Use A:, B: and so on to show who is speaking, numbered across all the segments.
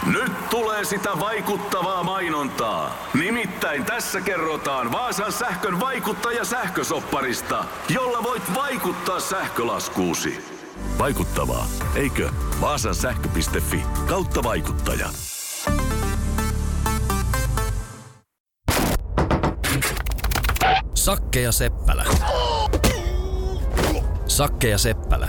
A: Nyt tulee sitä vaikuttavaa mainontaa. Nimittäin tässä kerrotaan Vaasan sähkön vaikuttaja sähkösopparista, jolla voit vaikuttaa sähkölaskuusi. Vaikuttavaa, eikö? Vaasan sähkö.fi/vaikuttaja.
B: Sakke ja Seppälä. Sakke ja Seppälä.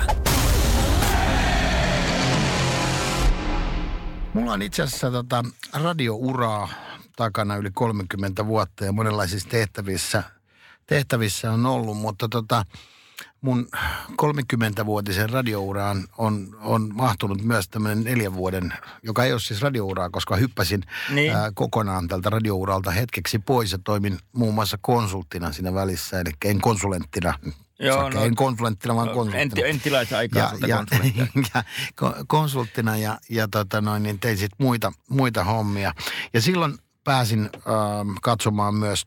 C: Mulla on itse asiassa radiouraa takana yli 30 vuotta ja monenlaisissa tehtävissä on ollut, mutta mun 30-vuotisen radiouraan on mahtunut myös tämmöinen 4 vuoden, joka ei ole siis radiouraa, koska hyppäsin kokonaan tältä radiouralta hetkeksi pois ja toimin muun muassa konsulttina siinä välissä, eli en konsulenttina.
D: Joo,
C: en konsulenttina, vaan konsulttina.
D: En tilaisi aikaa sulta konsulenttia.
C: Konsulttina ja niin tein sitten muita hommia. Ja silloin pääsin katsomaan myös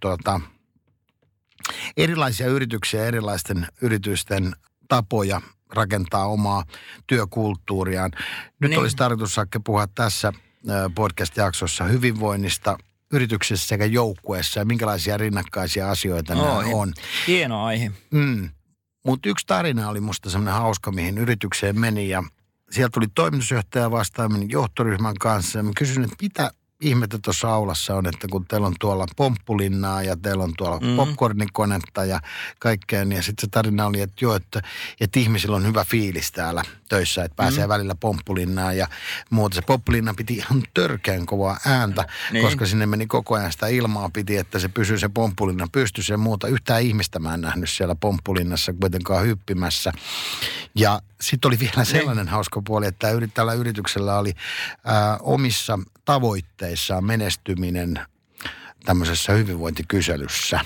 C: erilaisia yrityksiä, erilaisten yritysten tapoja rakentaa omaa työkulttuuriaan. Nyt olisi tarkoitus, Sakke, puhua tässä podcast-jaksossa hyvinvoinnista yrityksessä sekä joukkueessa ja minkälaisia rinnakkaisia asioita nämä on.
D: Hieno aihe.
C: Mutta yksi tarina oli musta semmoinen hauska, mihin yritykseen meni ja sieltä tuli toimitusjohtaja vastaan, menin johtoryhmän kanssa ja mä kysyin, että mitä ihmettä tuossa aulassa on, että kun teillä on tuolla pomppulinnaa ja teillä on tuolla popcornikonetta ja kaikkea, ja sitten se tarina oli, että että ihmisillä on hyvä fiilis täällä töissä, että pääsee välillä pomppulinnaan ja muuta. Se pomppulinna piti ihan törkeän kovaa ääntä, koska sinne meni koko ajan sitä ilmaa piti, että se pysyy se pomppulinna pystyssä ja muuta. Yhtään ihmistä mä en nähnyt siellä pomppulinnassa kuitenkaan hyppimässä. Ja sitten oli vielä sellainen hauska puoli, että tällä yrityksellä oli omissa tavoitteissaan menestyminen tämmöisessä hyvinvointikyselyssä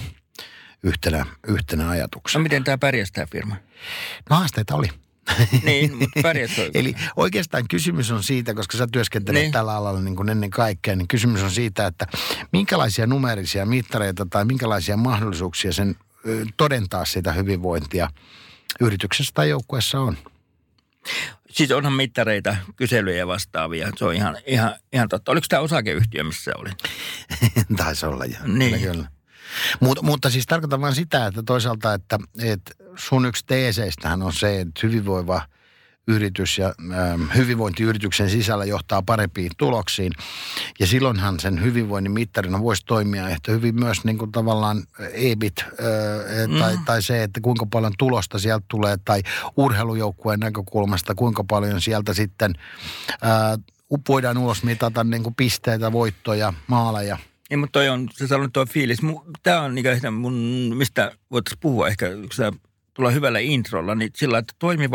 C: yhtenä ajatuksena.
D: No miten tämä pärjäsi tämä firma?
C: No haasteita oli.
D: Niin, mutta pärjäsi.
C: Eli oikeastaan kysymys on siitä, koska sä työskentelet tällä alalla niin kuin ennen kaikkea, niin kysymys on siitä, että minkälaisia numeerisia mittareita tai minkälaisia mahdollisuuksia sen todentaa sitä hyvinvointia yrityksessä tai joukkueessa on.
D: Siis onhan mittareita, kyselyjä vastaavia. Se on ihan totta. Oliko tämä osakeyhtiö, missä oli?
C: Taisi olla, joo.
D: Niin.
C: Kyllä. Mutta siis tarkoitan vaan sitä, että toisaalta, että sun yksi teeseistähän on se, että hyvinvoiva yritys ja hyvinvointiyrityksen sisällä johtaa parempiin tuloksiin. Ja silloinhan sen hyvinvoinnin mittarina voisi toimia ehkä hyvin myös niin kuin tavallaan EBIT tai se, että kuinka paljon tulosta sieltä tulee tai urheilujoukkueen näkökulmasta, kuinka paljon sieltä sitten voidaan ulos mitata niin kuin pisteitä, voittoja, maaleja.
D: Ei, mutta se sanoi tuo fiilis. Tämä on mistä voitaisiin puhua ehkä, kun se tulee hyvällä introlla, niin sillä että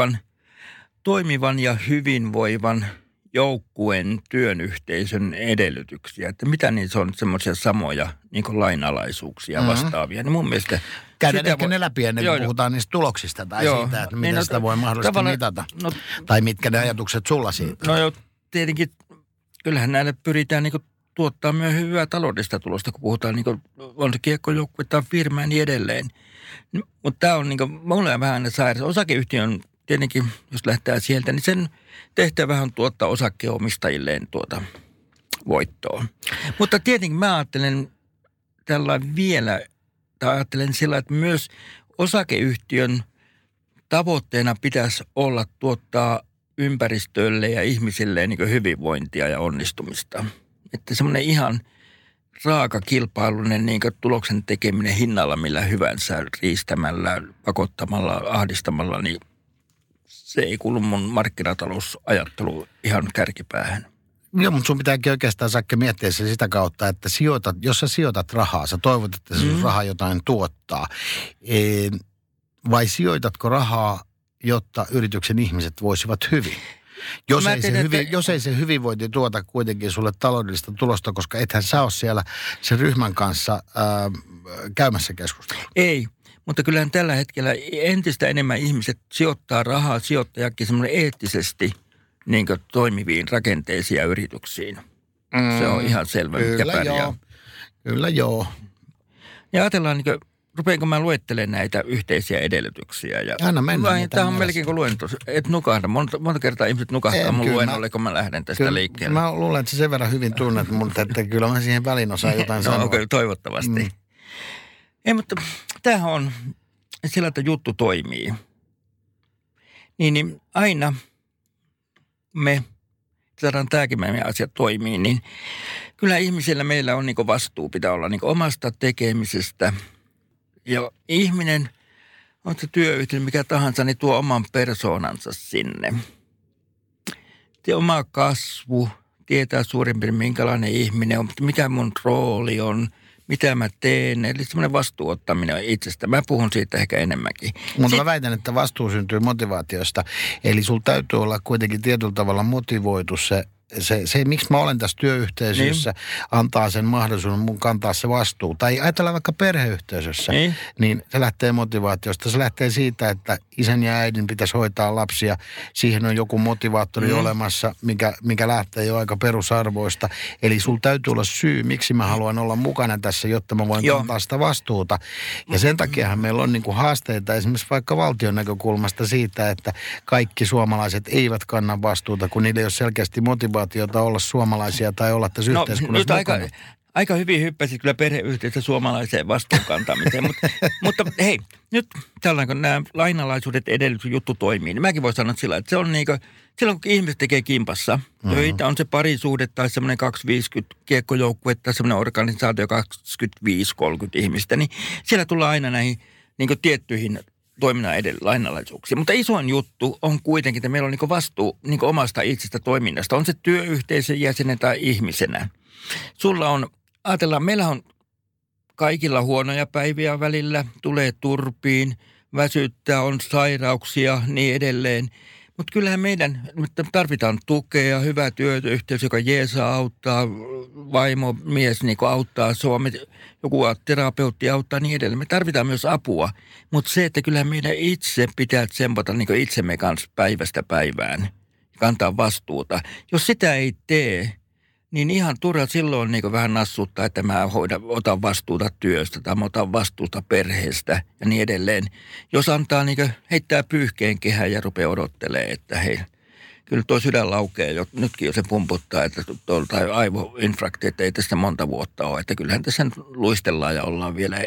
D: toimivan ja hyvinvoivan joukkueen työyhteisön edellytyksiä. Että mitä niissä on semmoisia samoja niin kuin lainalaisuuksia vastaavia. Niin mun mielestä
C: käydään ehkä ne läpi ennen kuin puhutaan niistä tuloksista tai siitä, että miten sitä voi mahdollisesti mitata. Tai mitkä ne ajatukset sulla siitä?
D: No joo, tietenkin kyllähän näille pyritään niin kuin tuottaa myös hyvää taloudellista tulosta, kun puhutaan niin kuin on se kiekkojoukkue tai firma ja niin edelleen. Mutta tämä on niin kuin mulle vähän sairas. Osakeyhtiön tietenkin, jos lähtee sieltä, niin sen tehtävä on tuottaa osakkeenomistajilleen voittoa. Mutta tietenkin mä ajattelen ajattelen sillä, että myös osakeyhtiön tavoitteena pitäisi olla tuottaa ympäristölle ja ihmisille niin kuin hyvinvointia ja onnistumista. Että semmoinen ihan raaka kilpailullinen niin kuin tuloksen tekeminen hinnalla millä hyvänsä, riistämällä, pakottamalla, ahdistamalla, niin se ei kuulu mun markkinatalousajattelu ihan kärkipäähän.
C: Joo, mutta sun pitääkin oikeastaan Sakke miettiä se sitä kautta, että jos sä sijoitat rahaa, sä toivot, että se raha jotain tuottaa. Vai sijoitatko rahaa, jotta yrityksen ihmiset voisivat hyvin? Jos ei se hyvinvointi tuota kuitenkin sulle taloudellista tulosta, koska ethän sä ole siellä sen ryhmän kanssa käymässä keskustelua.
D: Ei, mutta kyllähän tällä hetkellä entistä enemmän ihmiset sijoittaa rahaa sijoittajakin semmoinen eettisesti niin kuin toimiviin rakenteisiin ja yrityksiin. Se on ihan selvä, mikä pärjää.
C: Kyllä joo.
D: Ja ajatellaan, niin kuin, rupeanko mä luettelemaan näitä yhteisiä edellytyksiä. Ja
C: Anna mennä.
D: Tämä on melkein kuin luento. Et nukahda. Monta kertaa ihmiset nukahtaa mun luennolle, kun mä lähden tästä liikkeelle.
C: Mä luulen, että sä sen verran hyvin tunnet, mutta että kyllä mä siihen väliin osaan jotain sanoa.
D: Okay, toivottavasti. Ei, mutta tämähän on sillä, että juttu toimii. Niin aina me saadaan tämäkin meidän asiat toimii, niin kyllä ihmisillä meillä on niin vastuu, pitää olla niin omasta tekemisestä. Ja ihminen, on se työyhteisö mikä tahansa, niin tuo oman persoonansa sinne. Se oma kasvu, tietää suurin piirtein minkälainen ihminen on, mikä mun rooli on, mitä mä teen. Eli semmoinen vastuuottaminen on itsestä. Mä puhun siitä ehkä enemmänkin.
C: Mutta mä väitän, että vastuu syntyy motivaatiosta. Eli sulla täytyy olla kuitenkin tietyllä tavalla motivoitu se, miksi mä olen tässä työyhteisössä, antaa sen mahdollisuuden mun kantaa se vastuu. Tai ajatellaan vaikka perheyhteisössä, niin se lähtee motivaatiosta. Se lähtee siitä, että isän ja äidin pitäisi hoitaa lapsia. Siihen on joku motivaattori olemassa, mikä lähtee jo aika perusarvoista. Eli sulla täytyy olla syy, miksi mä haluan olla mukana tässä, jotta mä voin kantaa sitä vastuuta. Ja sen takiahan meillä on niinku haasteita esimerkiksi vaikka valtion näkökulmasta siitä, että kaikki suomalaiset eivät kanna vastuuta, kun niillä ei ole selkeästi motivaatiota olla suomalaisia tai olla tässä yhteiskunnassa mukana.
D: Aika hyvin hyppäsit kyllä perheyhteisössä suomalaiseen vastuunkantamiseen, mutta hei, nyt tällainen, kun nämä lainalaisuudet edellytys juttu toimii, niin mäkin voin sanoa sillä, että se on niin kuin, silloin kun ihmiset tekee kimpassa töitä, on se parisuhde tai semmoinen 250 kiekkojoukkue tai semmoinen organisaatio 25-30 ihmistä, niin siellä tullaan aina näihin niin kuin tiettyihin toiminnan lainalaisuuksia. Mutta isoin juttu on kuitenkin, että meillä on niin vastuu niin omasta itsestä toiminnasta. On se työyhteisön jäsenen tai ihmisenä. Sulla on, ajatellaan, meillä on kaikilla huonoja päiviä välillä, tulee turpiin, väsyttää, on sairauksia, niin edelleen. Mutta kyllähän meidän tarvitaan tukea, hyvä työyhteisö, joka jeesaa, auttaa, vaimo, mies niin auttaa, joku terapeutti auttaa niin edelleen. Me tarvitaan myös apua, mutta se, että kyllähän meidän itse pitää tsempata niin itsemme kanssa päivästä päivään, kantaa vastuuta. Jos sitä ei tee, niin ihan turha silloin niin vähän nassuttaa, että mä otan vastuuta työstä tai mä otan vastuuta perheestä ja niin edelleen. Jos antaa niin heittää pyyhkeen kehään ja rupeaa odottelemaan, että hei, kyllä tuo sydän laukee jo, nytkin jo se pumputtaa, että tai aivoinfrakti, että ei tästä monta vuotta ole. Että kyllähän tässä luistellaan ja ollaan vielä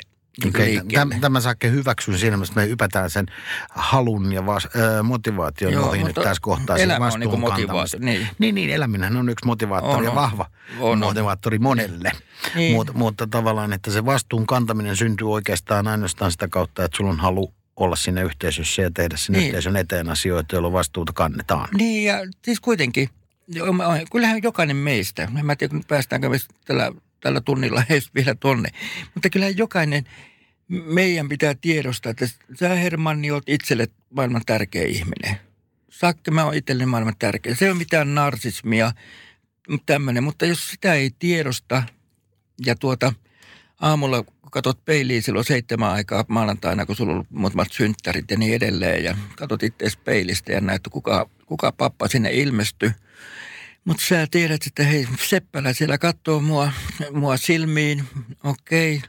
C: Tämä Sakke hyväksyn siinä, että me ypätään sen halun ja motivaation ohi nyt tässä kohtaa.
D: Elämä on niin kuin motivaatio.
C: Niin, eläminähän on yksi motivaattori ja vahva motivaattori monelle. Niin. Mutta tavallaan, että se vastuun kantaminen syntyy oikeastaan ainoastaan sitä kautta, että sulla on halu olla siinä yhteisössä ja tehdä sen yhteisön eteen asioita, jolloin vastuuta kannetaan. Niin,
D: ja siis kuitenkin, kyllähän jokainen meistä, en tiedä, päästäänkö me tällä tunnilla edes vielä tonne. Mutta kyllä jokainen meidän pitää tiedostaa, että sä Hermanni oot itselle maailman tärkeä ihminen. Sakke, mä oon itselleni maailman tärkeä. Se ei ole mitään narsismia, tämmöinen, mutta jos sitä ei tiedosta ja aamulla kun katsot peiliin silloin 7 aikaa maanantaina, kun sulla on muutamat synttärit ja niin edelleen ja katsot itse peilistä ja näet, kuka pappa sinne ilmestyy. Mutta sä tiedät, että hei, Seppälä siellä katsoo mua silmiin, okei.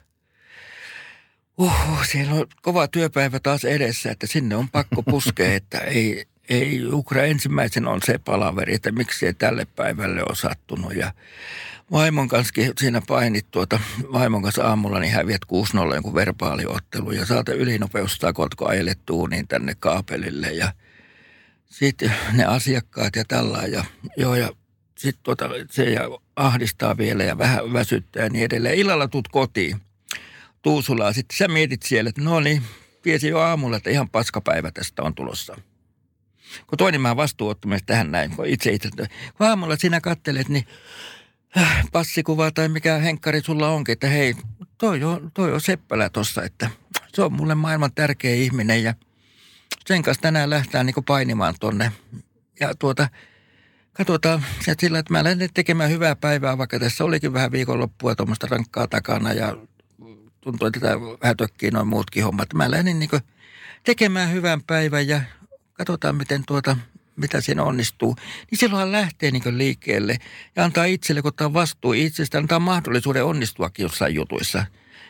D: Siellä on kova työpäivä taas edessä, että sinne on pakko puskea, että ei Ukra ensimmäisen on se palaveri, että miksi ei tälle päivälle ole sattunut. Ja vaimon kanssa siinä painit vaimon kanssa aamulla, niin häviät 6-0 jonkun verbaaliottelu ja saat ylinopeussakot, kun ajelet tuuniin tänne kaapelille ja sitten ne asiakkaat ja tällainen ja sitten se ja ahdistaa vielä ja vähän väsyttää ja niin edelleen. Illalla tuut kotiin Tuusulaan. Sitten sä mietit siellä, että no niin, tiesi jo aamulla, että ihan paskapäivä tästä on tulossa. Kun toinen mä vastuuottamista tähän näin, kun kun aamulla sinä kattelet, niin passikuva tai mikä henkkari sulla onkin, että hei, toi on Seppälä tossa, että se on mulle maailman tärkeä ihminen ja sen kanssa tänään lähtään niin painimaan tonne. Ja katsotaan sillä, että mä lähden tekemään hyvää päivää, vaikka tässä olikin vähän viikonloppua tuommoista rankkaa takana ja tuntuu, että tämä vähän tökkii noin muutkin hommat. Mä lähdin niin tekemään hyvän päivän ja katsotaan, mitä siinä onnistuu. Niin silloinhan lähtee niin liikkeelle ja antaa itselle, kun ottaa vastuu itsestä, antaa mahdollisuuden onnistuakin jossain jutuissa.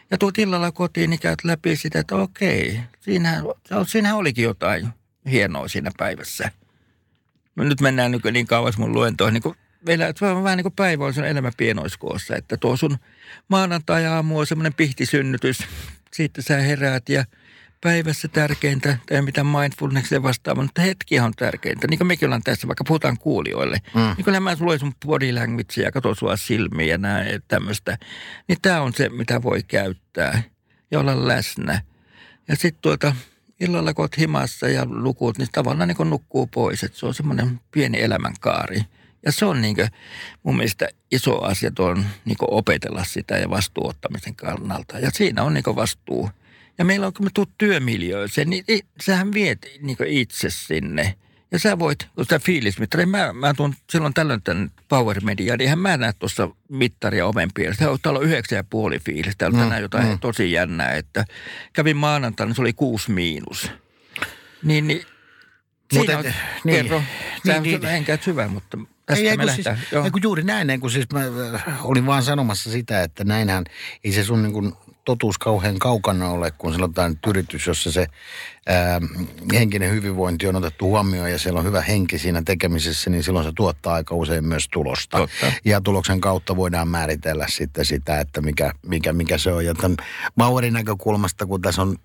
D: Ja tuut illalla kotiin, niin käyt läpi sitä, että okei, siinähän olikin jotain hienoa siinä päivässä. No nyt mennään niin kauas mun luentoon, niin kuin meillä on vähän niin kuin päivä on sun elämä pienoiskoossa, että tuo sun maanantai-aamu on semmoinen pihtisynnytys. Siitä sä heräät ja päivässä tärkeintä, tai mitä mindfulnessille vastaava, mutta hetkiä on tärkeintä. Niin kuin mekin ollaan tässä, vaikka puhutaan kuulijoille. Niin kun mä luen sun body languagea ja katson sua silmiä ja näin tämmöistä, niin tää on se, mitä voi käyttää ja olla läsnä. Ja sitten illalla kun oot himassa ja lukut, niin tavallaan niin kuin nukkuu pois. Että se on semmoinen pieni elämänkaari. Ja se on niin kuin mun mielestä iso asia tuon niin kuin opetella sitä ja vastuuottamisen kannalta. Ja siinä on niin kuin vastuu. Ja meillä on, kun me tuut työmiljööseen, niin sähän viet niin kuin itse sinne. Ja sä voit, kun sitä fiilismittari, mä tuun silloin tällöin tämän Power Mediaan, niin eihän mä näe tuossa mittaria oven pielessä. Täällä on 9,5 fiilis. Täällä on tänään jotain tosi jännää, että kävin maanantaina, se oli 6-. Niin siinä on, kerro. Sä enkäät syvä, mutta tästä me lähdetään.
C: Ei kun juuri näin, kun siis mä olin vaan sanomassa sitä, että näinhän ei se sun niin kuin totuus kauhean kaukana ole, kun sanotaan nyt yritys, jossa se henkinen hyvinvointi on otettu huomioon ja siellä on hyvä henki siinä tekemisessä, niin silloin se tuottaa aika usein myös tulosta. Totta. Ja tuloksen kautta voidaan määritellä sitten sitä, että mikä se on. Ja tämän Bauerin näkökulmasta, kun tässä on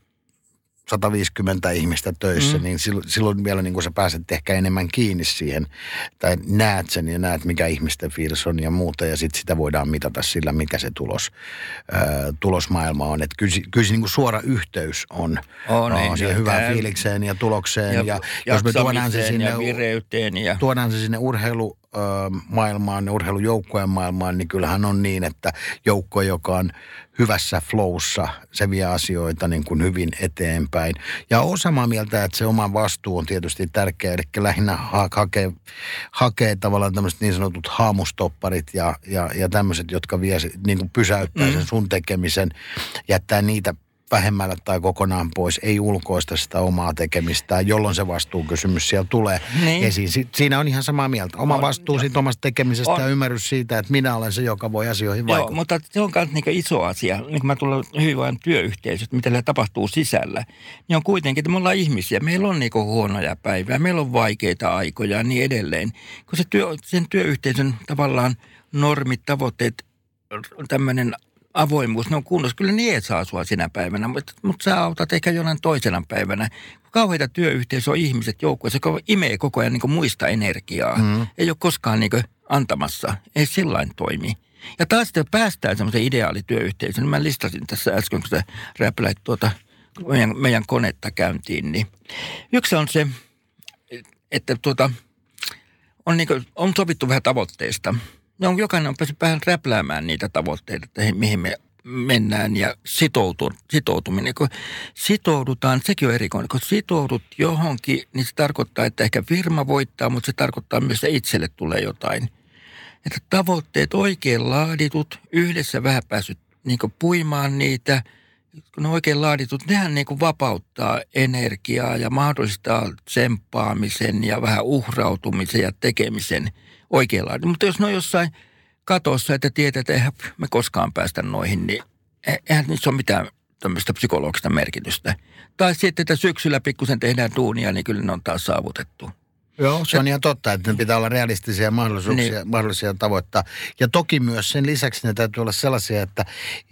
C: 150 ihmistä töissä, niin silloin vielä niin kuin sä pääset ehkä enemmän kiinni siihen, tai näet sen ja näet, mikä ihmisten fiilis on ja muuta, ja sitten sitä voidaan mitata sillä, mikä se tulosmaailma on. Että kyllä se niin kuin suora yhteys on siihen hyvään fiilikseen ja tulokseen, ja jos me tuodaan se sinne,
D: ja vireyteen. Ja
C: tuodaan se sinne urheilumaailmaan, urheilujoukkojen maailmaan, niin kyllähän on niin, että joukko, joka on hyvässä flowssa, se vie asioita niin kuin hyvin eteenpäin. Ja olen samaa mieltä, että se oma vastuu on tietysti tärkeä, eli lähinnä hakee tavallaan tämmöiset niin sanotut haamustopparit ja tämmöiset, jotka niin kuin pysäyttää sen sun tekemisen, jättää niitä vähemmällä tai kokonaan pois, ei ulkoista sitä omaa tekemistään, jolloin se vastuukysymys siellä tulee esiin. Siinä on ihan samaa mieltä. Oma vastuu siitä omasta tekemisestä ja ymmärrys siitä, että minä olen se, joka voi asioihin vaikuttaa.
D: Joo, mutta se on myös niin iso asia. Niin kun mä tulen hyvinvoinnin työyhteisöt, mitä siellä tapahtuu sisällä, niin on kuitenkin, että me ollaan ihmisiä. Meillä on niin huonoja päiviä, meillä on vaikeita aikoja ja niin edelleen. Kun sen työyhteisön tavallaan normit, tavoitteet, tämmöinen avoimuus, ne on kunnossa. Kyllä ne saa sua sinä päivänä, mutta sä autat ehkä jonain toisena päivänä. Kauheita työyhteisö on ihmiset joukkueessa, joka imee koko ajan niin muista energiaa. Ei ole koskaan niin antamassa. Ei sillain toimi. Ja taas sitten päästään semmoisen ideaalityöyhteisön. Niin mä listasin tässä äsken, kun sä räpläit meidän konetta käyntiin. Niin yksi on se, että on sovittu vähän tavoitteista. Jokainen on päässyt vähän räpläämään niitä tavoitteita, että mihin me mennään ja sitoutuminen. Kun sitoudutaan, sekin on erikoinen. Kun sitoudut johonkin, niin se tarkoittaa, että ehkä firma voittaa, mutta se tarkoittaa myös, että itselle tulee jotain. Että tavoitteet oikein laaditut, yhdessä vähän päässyt niin puimaan niitä, kun ne oikein laaditut, nehän niin vapauttaa energiaa ja mahdollistaa tsemppaamisen ja vähän uhrautumisen ja tekemisen oikein laaditut. Mutta jos ne on jossain katossa, että tietää, että eihän me koskaan päästä noihin, niin eihän niissä ole mitään tämmöistä psykologista merkitystä. Tai sitten, että syksyllä pikkusen tehdään duunia, niin kyllä ne on taas saavutettu.
C: Joo, se on ihan totta, että ne pitää olla realistisia mahdollisia tavoittaa. Ja toki myös sen lisäksi ne täytyy olla sellaisia, että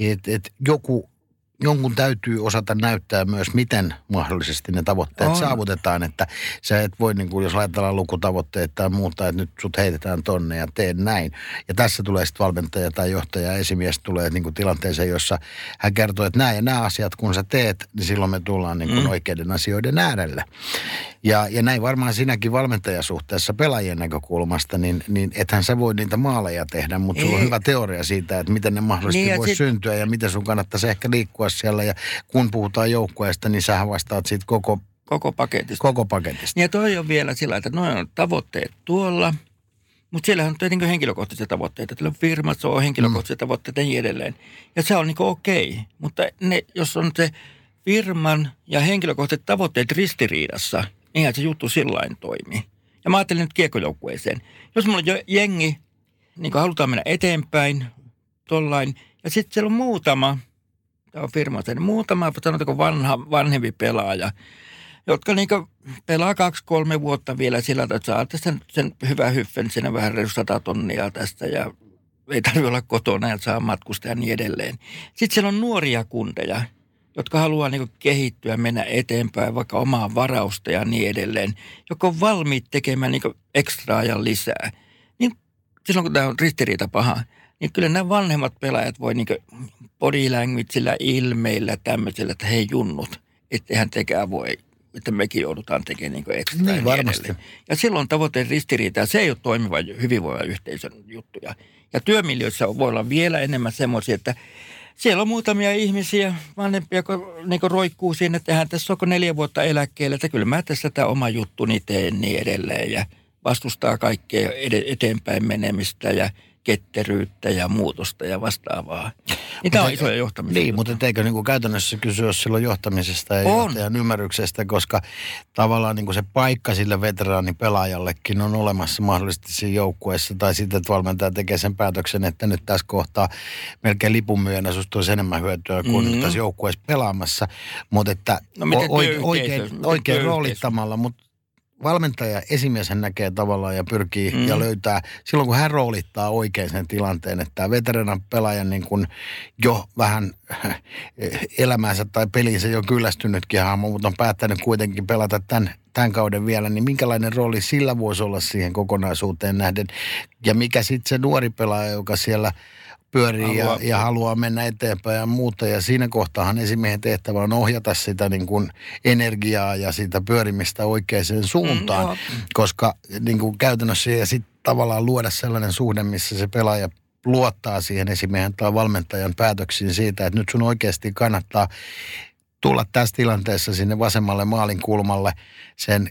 C: jonkun täytyy osata näyttää myös, miten mahdollisesti ne tavoitteet saavutetaan. Että sä et voi, niin kuin, jos ajatellaan lukutavoitteet tai muuta, että nyt sut heitetään tonne ja teen näin. Ja tässä tulee sitten valmentaja tai johtaja, esimies tulee niin kuin tilanteeseen, jossa hän kertoo, että nämä asiat kun sä teet, niin silloin me tullaan niin kuin oikeiden asioiden äärelle. Ja näin varmaan sinäkin valmentajasuhteessa pelaajien näkökulmasta, niin ethän sä voi niitä maaleja tehdä, mutta sulla on hyvä teoria siitä, että miten ne mahdollisesti voisi syntyä ja miten sun kannattaisi ehkä liikkua siellä. Ja kun puhutaan joukkueesta, niin sähän vastaat siitä koko paketista.
D: Ja toi on vielä sillä, että noin on tavoitteet tuolla, mutta siellä on tietenkin henkilökohtaisia tavoitteita. Tällä on firmat, se on henkilökohtaisia tavoitteita ja niin edelleen. Ja se on niin okei, mutta jos on se firman ja henkilökohtaiset tavoitteet ristiriidassa, eihän se juttu sillain toimi. Ja mä ajattelin nyt kiekkojoukkueeseen. Jos mulla on jengi, niin halutaan mennä eteenpäin, tollain, ja sitten siellä on muutama Tämä on firmansa. Niin muutama, sanotaanko vanhempi pelaaja, jotka niinku pelaa 2-3 vuotta vielä sillä, että saatte sen hyvä hyffen, siinä vähän reilu 100 tonnia tästä ja ei tarvitse olla kotona ja saa matkustaa ja niin edelleen. Sitten siellä on nuoria kundeja, jotka haluaa niinku kehittyä, mennä eteenpäin, vaikka omaa varausta ja niin edelleen, jotka on valmiit tekemään niinku ekstraa ja lisää. Niin silloin kun tämä on ristiriita paha, niin kyllä nämä vanhemmat pelaajat voi niinku body languageilla, ilmeillä tämmöisellä, että hei junnut, etteihän tekään voi, että mekin joudutaan tekemään niinku ekstraa.
C: Niin varmasti.
D: Edelleen. Ja silloin tavoitteen ristiriita, se ei ole toimiva hyvinvoiva yhteisön juttuja. Ja työmiljöissä voi olla vielä enemmän semmoisia, että siellä on muutamia ihmisiä, vanhempia, niin roikkuu siinä, että eihän tässä onko 4 vuotta eläkkeellä, että kyllä mä tässä tämä oma juttuni teen niin edelleen ja vastustaa kaikkea eteenpäin menemistä ja ketteryyttä ja muutosta ja vastaavaa. Niin tämä on isoja johtamisia.
C: Niin, mutta eikö niin kuin käytännössä kysyä silloin johtamisesta ja johtajan ymmärryksestä, koska tavallaan niin kuin se paikka sille veteraanipelaajallekin on olemassa mahdollisesti siinä joukkueessa tai sitten, että valmentaja tekee sen päätöksen, että nyt tässä kohtaa melkein lipunmyyjänä susta olisi enemmän hyötyä kuin tässä joukkueessa pelaamassa, mutta että oikein roolittamalla, mutta valmentaja, esimies hän näkee tavallaan ja pyrkii ja löytää, silloin kun hän roolittaa oikein sen tilanteen, että tämä veteranan pelaajan niin kuin jo vähän elämänsä tai peliinsä jo kyllästynytkin hahmo, mutta on päättänyt kuitenkin pelata tämän kauden vielä, niin minkälainen rooli sillä voisi olla siihen kokonaisuuteen nähden ja mikä sitten se nuori pelaaja, joka siellä pyörii ja haluaa mennä eteenpäin ja muuta. Ja siinä kohtaahan esimiehen tehtävä on ohjata sitä niin kuin energiaa ja sitä pyörimistä oikeaan suuntaan, koska niin kuin käytännössä ja sitten tavallaan luoda sellainen suhde, missä se pelaaja luottaa siihen esimiehen tai valmentajan päätöksiin siitä, että nyt sun oikeasti kannattaa tulla tässä tilanteessa sinne vasemmalle maalin kulmalle sen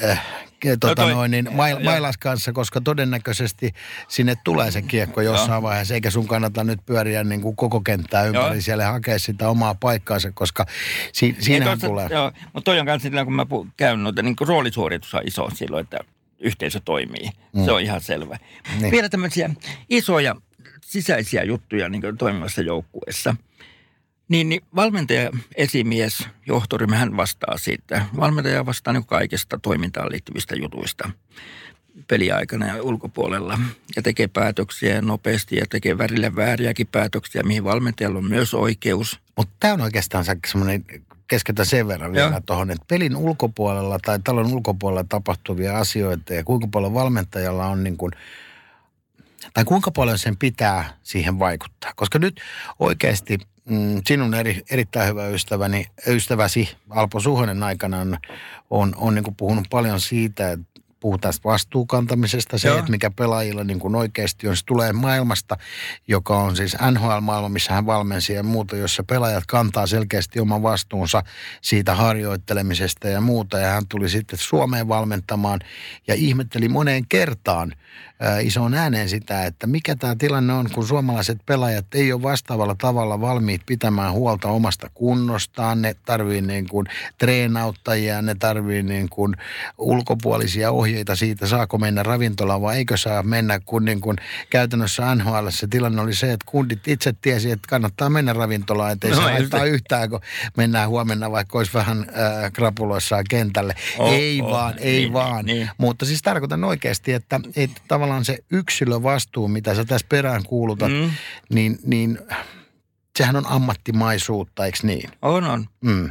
C: mailas kanssa, koska todennäköisesti sinne tulee se kiekko jossain vaiheessa, eikä sun kannata nyt pyöriä niin kuin koko kenttää ympäri siellä ja hakea sitä omaa paikkaansa, koska siinähän tulee.
D: Joo, mutta toi on kanssa, kun mä käyn noita, niin kuin roolisuoritus on iso silloin, että yhteisö toimii. Se on ihan selvä. Niin. Vielä tämmöisiä isoja sisäisiä juttuja niin kuin toimivassa joukkueessa. Niin valmentaja, esimies, johtoryhmä, hän vastaa siitä. Valmentaja vastaa niin kaikesta toimintaan liittyvistä jutuista peliaikana ja ulkopuolella. Ja tekee päätöksiä nopeasti ja tekee välillä vääriäkin päätöksiä, mihin valmentajalla on myös oikeus.
C: Mutta tämä on oikeastaan semmoinen, keskeytän sen verran vielä tuohon, että pelin ulkopuolella tai talon ulkopuolella tapahtuvia asioita ja kuinka paljon valmentajalla on niin kuin, tai kuinka paljon sen pitää siihen vaikuttaa. Koska nyt oikeasti sinun erittäin hyvä ystäväsi Alpo Suhonen aikanaan on niin kuin puhunut paljon siitä, että puhutaan vastuukantamisesta, se, että mikä pelaajilla niin kuin oikeasti on. Se tulee maailmasta, joka on siis NHL-maailma, missä hän valmensi ja muuta, jossa pelaajat kantaa selkeästi oman vastuunsa siitä harjoittelemisesta ja muuta. Ja hän tuli sitten Suomeen valmentamaan ja ihmetteli moneen kertaan isoon ääneen sitä, että mikä tämä tilanne on, kun suomalaiset pelaajat ei ole vastaavalla tavalla valmiit pitämään huolta omasta kunnostaan. Ne tarvii niin kuin treenauttajia, ne tarvii niin kuin ulkopuolisia ohjeita siitä, saako mennä ravintolaan vai eikö saa mennä, kun niin kuin käytännössä NHL se tilanne oli se, että kundit itse tiesi, että kannattaa mennä ravintolaan, ettei se haittaa yhtään, kun mennään huomenna, vaikka olisi vähän krapuloissaan kentälle. Ei vaan. Niin. Mutta siis tarkoitan oikeasti, että tavallaan se yksilövastuu, mitä sä tässä perään kuulutat, niin sehän on ammattimaisuutta, eikö niin?
D: On.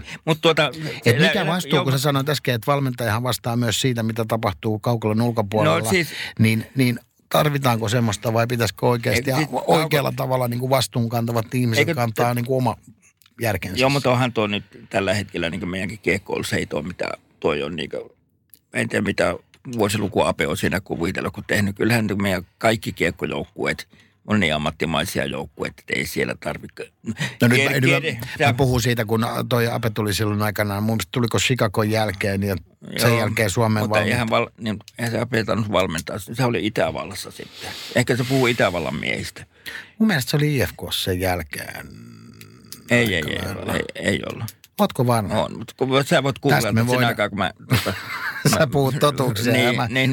C: Mikä vastuu, kun sä sanoit äsken, että valmentajahan vastaa myös siitä, mitä tapahtuu kaukalon ulkopuolella, niin tarvitaanko semmoista vai pitäisikö oikeasti oikealla tavalla niin kuin vastuunkantavat ihmiset kantaa niin kuin oma järkensä?
D: Joo, mutta onhan tuo nyt tällä hetkellä niin kuin meidänkin kiekkoilussa ei tuo mitä toi on niin kuin, en tiedä mitä vuosiluku Ape on siinä kuvitella, kun tehnyt. Kyllähän meidän kaikki kiekkojoukkueet on niin ammattimaisia joukkueita, että ei siellä tarvitse.
C: No nyt mä puhun siitä, kun toi Ape tuli silloin aikanaan. Mun mielestä tuliko Chicagon jälkeen ja sen jälkeen Suomen valmentaa.
D: Mutta eihän se Ape tainnut valmentaa. Se oli Itävallassa sitten. Ehkä se puhuu Itävallan miehistä.
C: Mun mielestä se oli IFK sen jälkeen.
D: Ei ollut.
C: Ootko varma?
D: On, mutta sä voit googlata sen aikaa, kun mä...
C: Sä puhut totuuksia.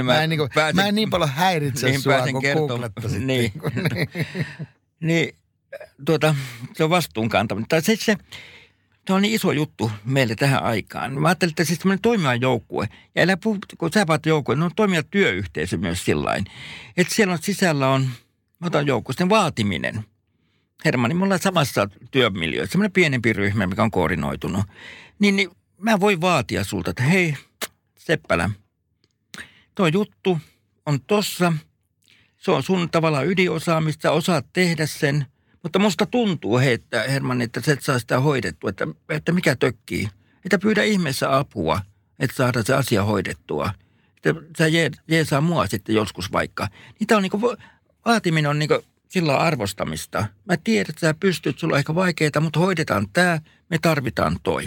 C: Mä en niin paljon häiritse sua, kun googlettasit.
D: Niin, se on vastuunkantaminen. Tai se on niin iso juttu meille tähän aikaan. Mä ajattelin, että siis tämmöinen toimiva joukkue, ja älä puhu, kun sä paat joukkue, ne on toimiva työyhteisö myös sillain. Että siellä on sisällä mä otan joukkueisten vaatiminen. Hermanni, me ollaan samassa työmiljöössä, semmoinen pienempi ryhmä, mikä on koordinoitunut. Niin mä voin vaatia sulta, että hei, Seppälä, tuo juttu on tossa. Se on sun tavallaan ydinosaamista, osaat tehdä sen. Mutta musta tuntuu, että Hermanni, että sä et saa sitä hoidettua, että mikä tökkii. Että pyydä ihmeessä apua, että saada se asia hoidettua. Että sä jeesaa mua sitten joskus vaikka. Niitä on vaatiminen on sillä arvostamista. Mä tiedän, että sä pystyt, sulla on ehkä vaikeaa, mutta hoidetaan tää, me tarvitaan toi.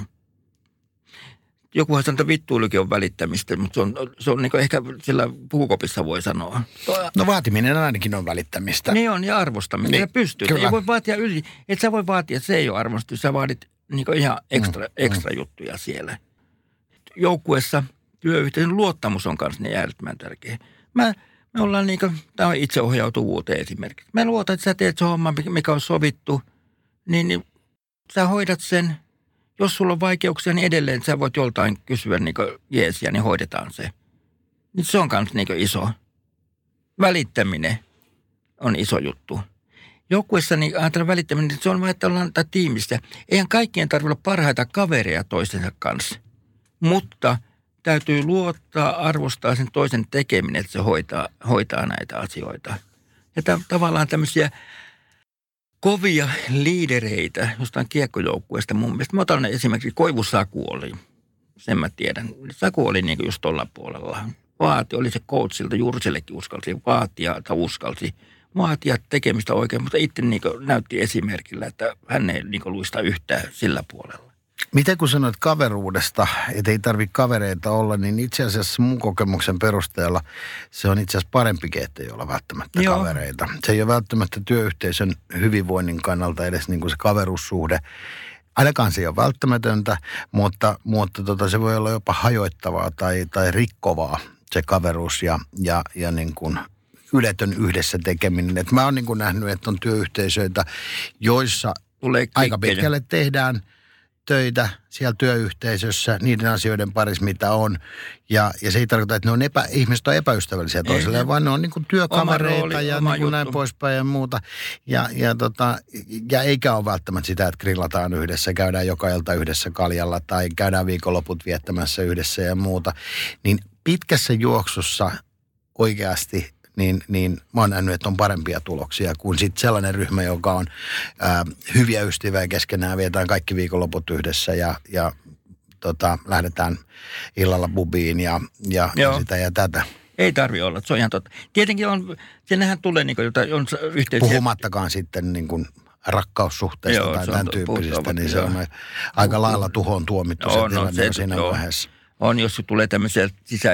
D: Jokuhan sanoo, että vittuilukin on välittämistä, mutta se on ehkä sillä puukopissa voi sanoa.
C: No vaatiminen ainakin on välittämistä.
D: Niin on, ja arvostamista. Niin, sä pystyt. Ei voi vaatia yli. Et sä voi vaatia, se ei ole arvostus. Sä vaadit ihan ekstra juttuja siellä. Joukkuessa työyhteisön luottamus on kanssa niin äärettömän tärkeä. Me ollaan tämä on itseohjautuvuuteen esimerkiksi. Mä luotan, että sä teet se homma, mikä on sovittu, niin sä hoidat sen. Jos sulla on vaikeuksia, niin edelleen sä voit joltain kysyä jeesiä, niin hoidetaan se. Nyt se on myös iso. Välittäminen on iso juttu. Joukkueessa ajatellaan välittäminen, se on vain, että ollaan tiimissä. Eihän kaikkien tarvitse olla parhaita kavereja toistensa kanssa. Mutta täytyy luottaa, arvostaa sen toisen tekeminen, että se hoitaa näitä asioita. Ja tavallaan tämmöisiä kovia liidereitä jostain kiekkojoukkueesta mun mielestä. Mä otan esimerkiksi Koivu Saku oli, sen mä tiedän. Saku oli just tuolla puolella. Oli se coachilta, Jursellekin uskalsi vaatia tai uskalsi vaatia tekemistä oikein, mutta itse näytti esimerkillä, että hän ei luista yhtään sillä puolella.
C: Miten kun sanoit kaveruudesta, että ei tarvitse kavereita olla, niin itse asiassa mun kokemuksen perusteella se on itse asiassa parempikin, että ei olla välttämättä kavereita. Se ei ole välttämättä työyhteisön hyvinvoinnin kannalta edes se kaveruussuhde. Ainakaan se ei ole välttämätöntä, mutta se voi olla jopa hajoittavaa tai rikkovaa se kaveruus ja yletön yhdessä tekeminen. Et mä oon nähnyt, että on työyhteisöitä, joissa aika pitkälle tehdään töitä siellä työyhteisössä, niiden asioiden parissa, mitä on. Ja se ei tarkoita, että ihmiset on epäystävällisiä toisilleen, vaan ne on työkavereita ja näin poispäin ja muuta. Ja eikä ole välttämättä sitä, että grillataan yhdessä, käydään joka ilta yhdessä kaljalla tai käydään viikonloput viettämässä yhdessä ja muuta. Niin pitkässä juoksussa oikeasti niin mä oon nähnyt, että on parempia tuloksia kuin sitten sellainen ryhmä, joka on hyviä ystäviä keskenään, vietään kaikki viikonloput yhdessä ja lähdetään illalla bubiin ja sitä ja tätä.
D: Ei tarvi olla, se on ihan totta. Tietenkin sinnehän tulee on yhteisiä.
C: Puhumattakaan sitten rakkaussuhteista tai tämän tyyppisistä, niin se on aika lailla tuhoon tuomittu se tilanne siinä vaiheessa.
D: On, jos tulee tämmöisiä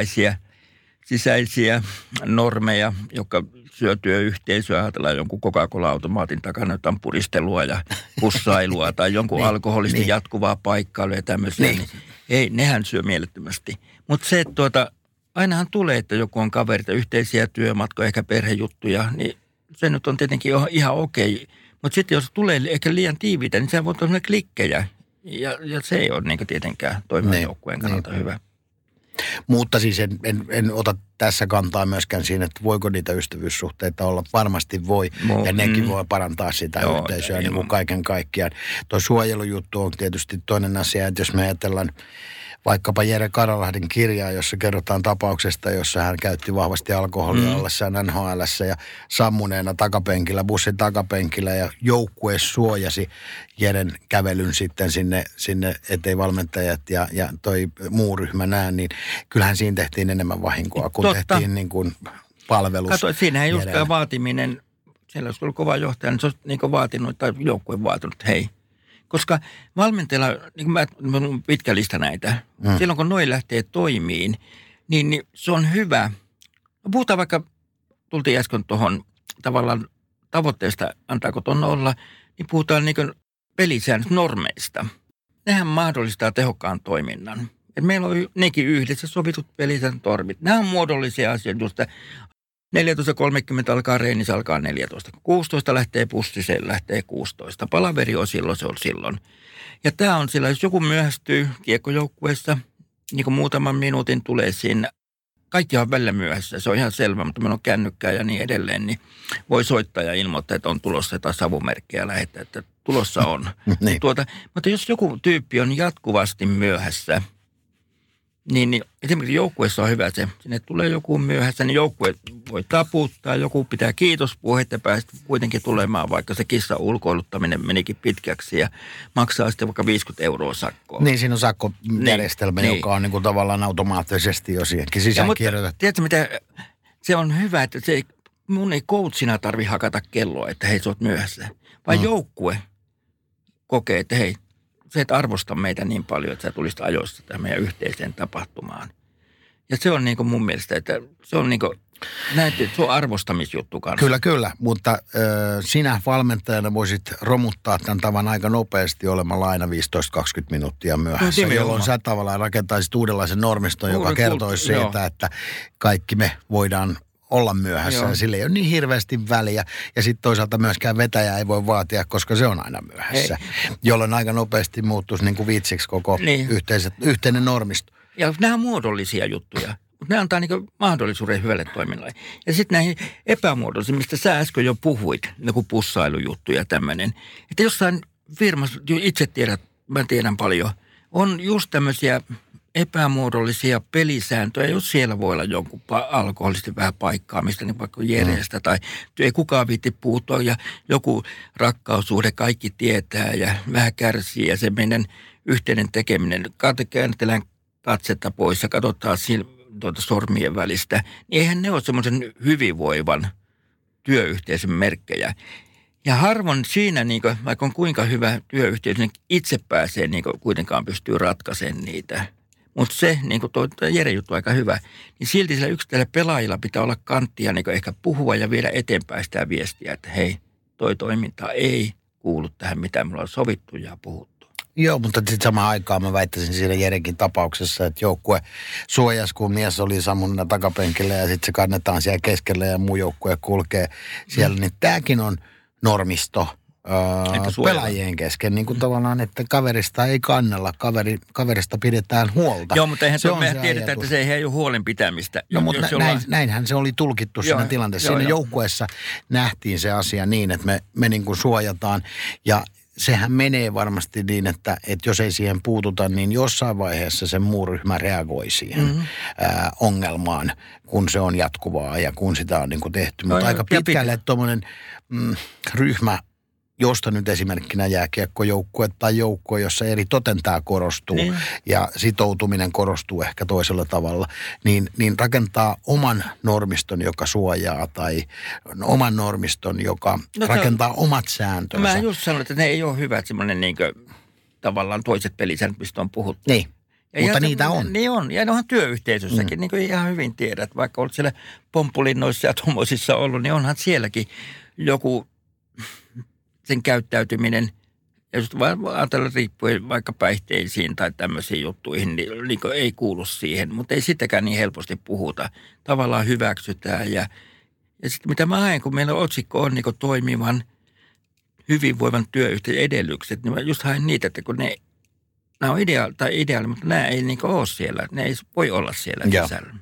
D: sisäisiä normeja, jotka syö työyhteisöä, ajatellaan jonkun Coca-Cola-automaatin takana jotain puristelua ja pussailua tai jonkun alkoholistin jatkuvaa paikkailua ja tämmöisiä, niin ei, nehän syö mielettömästi. Mutta se, että ainahan tulee, että joku on kaverita, yhteisiä työmatkoja, ehkä perhejuttuja, niin se nyt on tietenkin ihan okei. Mutta sitten jos tulee ehkä liian tiiviitä, niin se voi olla klikkejä ja se ei ole tietenkään toimivan joukkueen kannalta hyvä.
C: Mutta siis en ota tässä kantaa myöskään siinä, että voiko niitä ystävyyssuhteita olla. Varmasti voi, ja nekin voi parantaa sitä yhteisöä niin kuin kaiken kaikkiaan. Tuo suojelujuttu on tietysti toinen asia, että jos me ajatellaan vaikkapa Jere Karalahden kirjaa, jossa kerrotaan tapauksesta, jossa hän käytti vahvasti alkoholia ollessaan NHL:ssä ja sammuneena takapenkillä, bussin takapenkillä ja joukkue suojasi Jeren kävelyn sitten sinne ettei valmentajat ja toi muu ryhmä näe, niin kyllähän siinä tehtiin enemmän vahinkoa, kun tehtiin niin kuin palvelus.
D: Kato, siinähän just tämä vaatiminen, siellä olisi ollut kova johtaja, niin se olisi vaatinut tai joukkue vaatinut, että hei. Koska valmentajalla, niin kuin on pitkä lista näitä, silloin kun noi lähtee toimiin, niin se on hyvä. Puhutaan vaikka, tultiin äsken tuohon tavallaan tavoitteesta, antaako tuon olla, niin puhutaan niin kuin pelisäännöistä, normeista. Nehän mahdollistaa tehokkaan toiminnan. Et meillä on nekin yhdessä sovitut pelisäännöt, normit. Nämä on muodollisia asioita, 14.30 alkaa reeni, se alkaa 14. 16 lähtee bussi, se lähtee 16. Palaveri on silloin, se on silloin. Ja tämä on sillä, jos joku myöhästyy kiekkojoukkueessa, niin kuin muutaman minuutin tulee siinä. Kaikki on välillä myöhässä, se on ihan selvä, mutta meillä on kännykkää ja niin edelleen, niin voi soittaa ja ilmoittaa, että on tulossa jotain savumerkkiä ja lähettää, että tulossa on.
C: Niin.
D: Mutta jos joku tyyppi on jatkuvasti myöhässä, niin esimerkiksi joukkueessa on hyvä se, sinne tulee joku myöhässä, niin joukkue voi taputtaa, joku pitää kiitospuhe, että päästä kuitenkin tulemaan, vaikka se kissa ulkoiluttaminen menikin pitkäksi ja maksaa sitten vaikka 50 € sakkoa.
C: Niin, siinä on sakkojärjestelmä,
D: niin.
C: Joka on niin kuin tavallaan automaattisesti jo siihenkin sisään kirjoitettu.
D: Tiedätkö mitä, se on hyvä, että mun ei coachina tarvi hakata kelloa, että hei, sä oot myöhässä, vaan joukkue kokee, että hei, se et arvosta meitä niin paljon, että sä tulisit ajoissa tähän meidän yhteiseen tapahtumaan. Ja se on niin kuin mun mielestä, että se on niin kuin, se on arvostamisjuttu kanssa.
C: Kyllä, mutta sinä valmentajana voisit romuttaa tämän tavan aika nopeasti olemalla aina 15-20 minuuttia myöhässä, jolloin sä tavallaan rakentaisit uudenlaisen normiston, joka kertoisi siitä, että kaikki me voidaan olla myöhässä ja sillä ei ole niin hirveästi väliä. Ja sitten toisaalta myöskään vetäjää ei voi vaatia, koska se on aina myöhässä. Jolloin aika nopeasti muuttuisi niin kuin vitsiksi koko yhteinen normisto.
D: Ja nämä on muodollisia juttuja. Ne antaa niin mahdollisuuden hyvälle toiminnalle. Ja sitten näihin epämuodollisiin, mistä sä äsken jo puhuit, joku pussailujuttu ja tämmöinen. Että jossain firmassa, itse tiedät, mä tiedän paljon, on just tämmöisiä epämuodollisia pelisääntöjä, jos siellä voi olla jonkun alkoholisesti vähän paikkaamista, niin vaikka järjestä tai ei kukaan viitti puuttua ja joku rakkaussuhde kaikki tietää ja vähän kärsii ja se meidän yhteinen tekeminen, käännetellään katsetta pois ja katsotaan sormien välistä, niin eihän ne ole semmoisen hyvinvoivan työyhteisön merkkejä. Ja harvoin siinä, niin kuin, vaikka on kuinka hyvä työyhteisö, niin itse pääsee niin kuin, kuitenkaan pystyy ratkaisemaan niitä. Mutta se, niin kuin tuo Jere juttu aika hyvä, niin silti sillä yksittäisellä pelaajilla pitää olla kanttia niin ehkä puhua ja viedä eteenpäin sitä viestiä, että hei, toi toiminta ei kuulu tähän, mitä me ollaan sovittu ja puhuttu.
C: Joo, mutta sitten samaan aikaan mä väittäisin siinä Jerenkin tapauksessa, että joukkue suojasi, kun mies oli sammunut takapenkillä ja sitten se kannetaan siellä keskellä ja muu joukkue kulkee siellä, niin tämäkin on normisto pelaajien kesken, niin kuin tavallaan, että kaverista ei kannella, kaverista pidetään huolta.
D: Joo, mutta eihän se me tiedetään, että se ei ole huolen pitämistä.
C: No, mutta näinhän se oli tulkittu siinä tilanteessa. Siinä joukkueessa nähtiin se asia niin, että me niin kuin suojataan ja sehän menee varmasti niin, että jos ei siihen puututa, niin jossain vaiheessa se muu ryhmä reagoi siihen ongelmaan, kun se on jatkuvaa ja kun sitä on niin kuin tehty. Mutta aika pitkälle tuommoinen ryhmä, josta nyt esimerkkinä jääkiekkojoukkue tai joukkue, jossa eri toten tämä korostuu ja sitoutuminen korostuu ehkä toisella tavalla, niin rakentaa oman normiston, joka suojaa tai oman normiston, joka rakentaa omat sääntönsä.
D: Mä just sanoin, että ne ei ole hyvät semmoinen niin kuin, tavallaan toiset pelisäännöt, mistä on puhuttu.
C: Niin. Mutta niitä on.
D: Niin on. Ja ne on työyhteisössäkin, niin kuin ihan hyvin tiedät. Vaikka olet siellä pomppulinnoissa ja tuommoisissa ollut, niin onhan sielläkin joku sen käyttäytyminen, ja just ajatella riippuen vaikka päihteisiin tai tämmöisiin juttuihin, niin ei kuulu siihen, mutta ei sitäkään niin helposti puhuta. Tavallaan hyväksytään ja sitten mitä mä haen, kun meillä otsikko on niin toimivan, hyvinvoivan työyhteisön edellytykset, niin mä just haen niitä, että kun nämä on ideaali, mutta nämä ei niin ole siellä, ne ei voi olla siellä sisällä.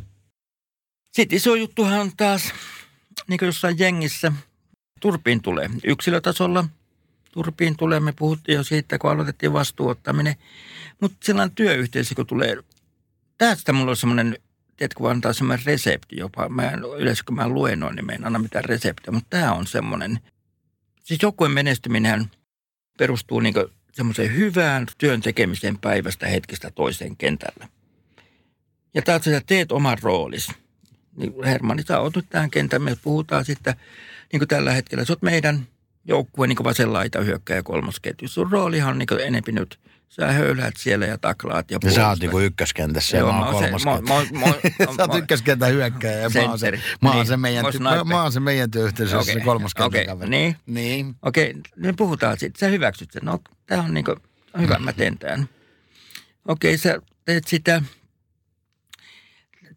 D: Sitten iso juttuhan on taas, niin kuin jossain jengissä, turpiin tulee. Yksilötasolla turpiin tulee. Me puhuttiin jo siitä, kun aloitettiin vastuuttaminen. Mutta sellainen työyhteisö, kun tulee, tästä mulla on semmoinen, tiedätkö, kun antaa semmoinen resepti jopa. Yleensä kun mä luennoin, niin mä en anna mitään reseptiä, mutta tämä on semmoinen. Siis joukkueen menestyminen perustuu niin semmoiseen hyvään työn tekemiseen päivästä hetkestä toiseen kentällä. Ja taas sä teet oman roolisi. Niin Hermanni, sä oot nyt tähän kentälle, me puhutaan sitten niin kuin tällä hetkellä. Sä oot meidän joukkueen niin vasen laita hyökkääjä kolmosketju. Sun roolihan on niin enempi nyt. Sä höyläät siellä ja taklaat ja puolustat.
C: Ja sä oot niin ykköskentässä ja mä oon kolmoskenttä. Sä oot ykköskentän hyökkääjä ja mä oon se meidän työyhteisössä kolmoskentän kaveri.
D: Niin. Okei, me puhutaan siitä. Sä hyväksyt sen. No, tää on niin hyvä, mä teen tämän. Okei, sä teet sitä.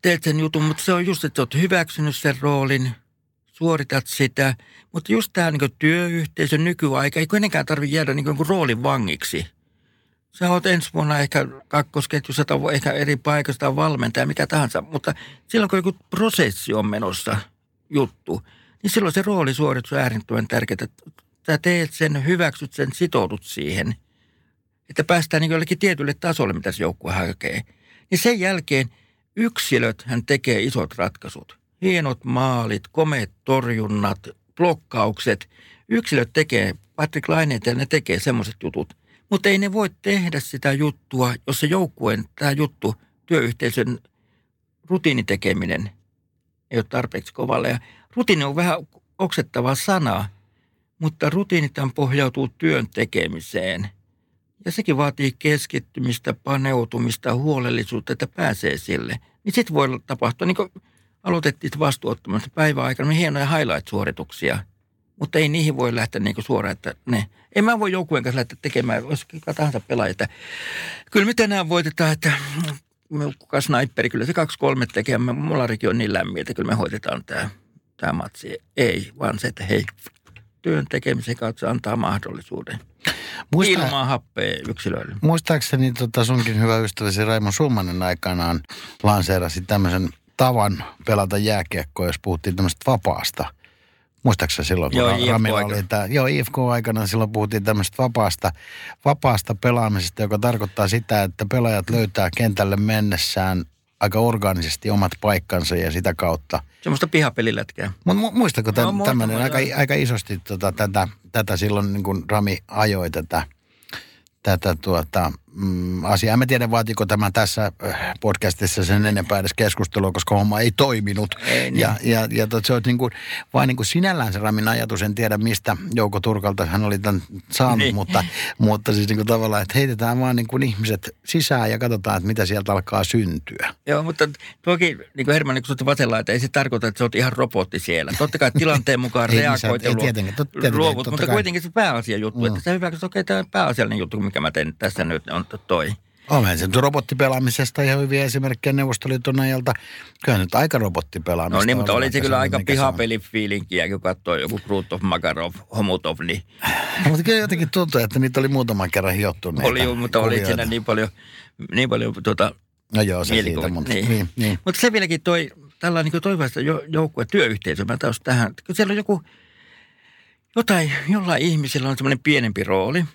D: teet sen jutun, mutta se on just, että olet hyväksynyt sen roolin, suoritat sitä. Mutta just tämä niin työyhteisön nykyaika, ei kenenkään tarvitse jäädä niin kuin roolin vangiksi. Sä oot ensi vuonna ehkä kakkosketjussa tai ehkä eri paikasta valmentaja, mikä tahansa. Mutta silloin kun joku prosessi on menossa juttu, niin silloin se roolisuoritus on äärimmäisen tärkeää. Sä teet sen, hyväksyt sen, sitoudut siihen. Että päästään niin jollekin tietylle tasolle, mitä se joukkue hakee. Niin sen jälkeen yksilöt hän tekee isot ratkaisut. Hienot maalit, komeat torjunnat, blokkaukset. Yksilöt tekee, Patrik Laine, ne tekee semmoiset jutut. Mutta ei ne voi tehdä sitä juttua, jos se joukkueen, tämä juttu, työyhteisön rutiinitekeminen ei ole tarpeeksi kovalle. Ja rutiini on vähän oksettava sana, mutta rutiinithan pohjautuu työn tekemiseen. Ja sekin vaatii keskittymistä, paneutumista, huolellisuutta, että pääsee sille. Niin sitten voi tapahtua, niin kuin aloitettiin vastuuttamasta päiväaikana, niin hienoja highlight-suorituksia. Mutta ei niihin voi lähteä niin kuin suoraan, että ne. Ei mä voi joukkueen kanssa lähteä tekemään, jos kuka tahansa pelaa. Että kyllä me tänään voitetaan, että kuka sniperi, kyllä se 2-3 tekee. Molarikin on niin lämmin, että kyllä me hoitetaan tämä matsi. Ei, vaan se, että hei, työn tekemisen kautta se antaa mahdollisuuden. Ilmaa happea yksilöille.
C: Muistaakseni sunkin hyvä ystäväsi Raimo Summanen aikanaan lanseerasi tämmöisen tavan pelata jääkiekkoa, jos puhuttiin tämmöistä vapaasta. Muistaakseni silloin, kun Ramilla oli tämä? Joo, IFK-aikana silloin puhuttiin tämmöistä vapaasta pelaamisesta, joka tarkoittaa sitä, että pelaajat löytää kentälle mennessään aika orgaanisesti omat paikkansa ja sitä kautta.
D: Semmoista pihapelilätkää.
C: Muistatko tämmöinen aika isosti tätä silloin, niin kuin Rami ajoi tätä asiaa. En mä tiedä, vaatiko tämä tässä podcastissa sen enempää edes keskustelua, koska homma ei toiminut.
D: Ei, niin.
C: Ja se on niin kuin, vain niin kuin sinällään se Ramin ajatus, en tiedä mistä Jouko Turkalta hän oli tämän saanut, niin. mutta siis niin kuin tavallaan, että heitetään vaan niin kuin ihmiset sisään ja katsotaan, että mitä sieltä alkaa syntyä.
D: Joo, mutta toki niin kuin Hermanni, kun olet vasella, että ei se tarkoita, että sä oot ihan robotti siellä. Totta kai tilanteen mukaan reagoitelu luovut, mutta kuitenkin se pääasia juttu, että sä hyväksyt, okei, tämä pääasiallinen juttu, mikä mä teen tässä nyt on toi.
C: Onhan se robottipelaamisesta ihan hyviä esimerkkejä Neuvostoliiton ajalta. Kyllä nyt aika robottipelaamista.
D: No niin, mutta oli se kyllä aika pihapelifiilinkiä, kun katsoi joku Krutov, Makarov, Homutov. Niin.
C: No, mutta kyllä jotenkin tuntuu, että niitä oli muutaman kerran hiottu niitä
D: oli, mutta kuvioita. Oli siinä niin paljon
C: no joo, se siitä.
D: Niin. Mutta se vieläkin tällainen niin toivoista joukkue työyhteisö. Mä taas tähän, kun siellä on jollain ihmisillä on semmoinen pienempi rooli.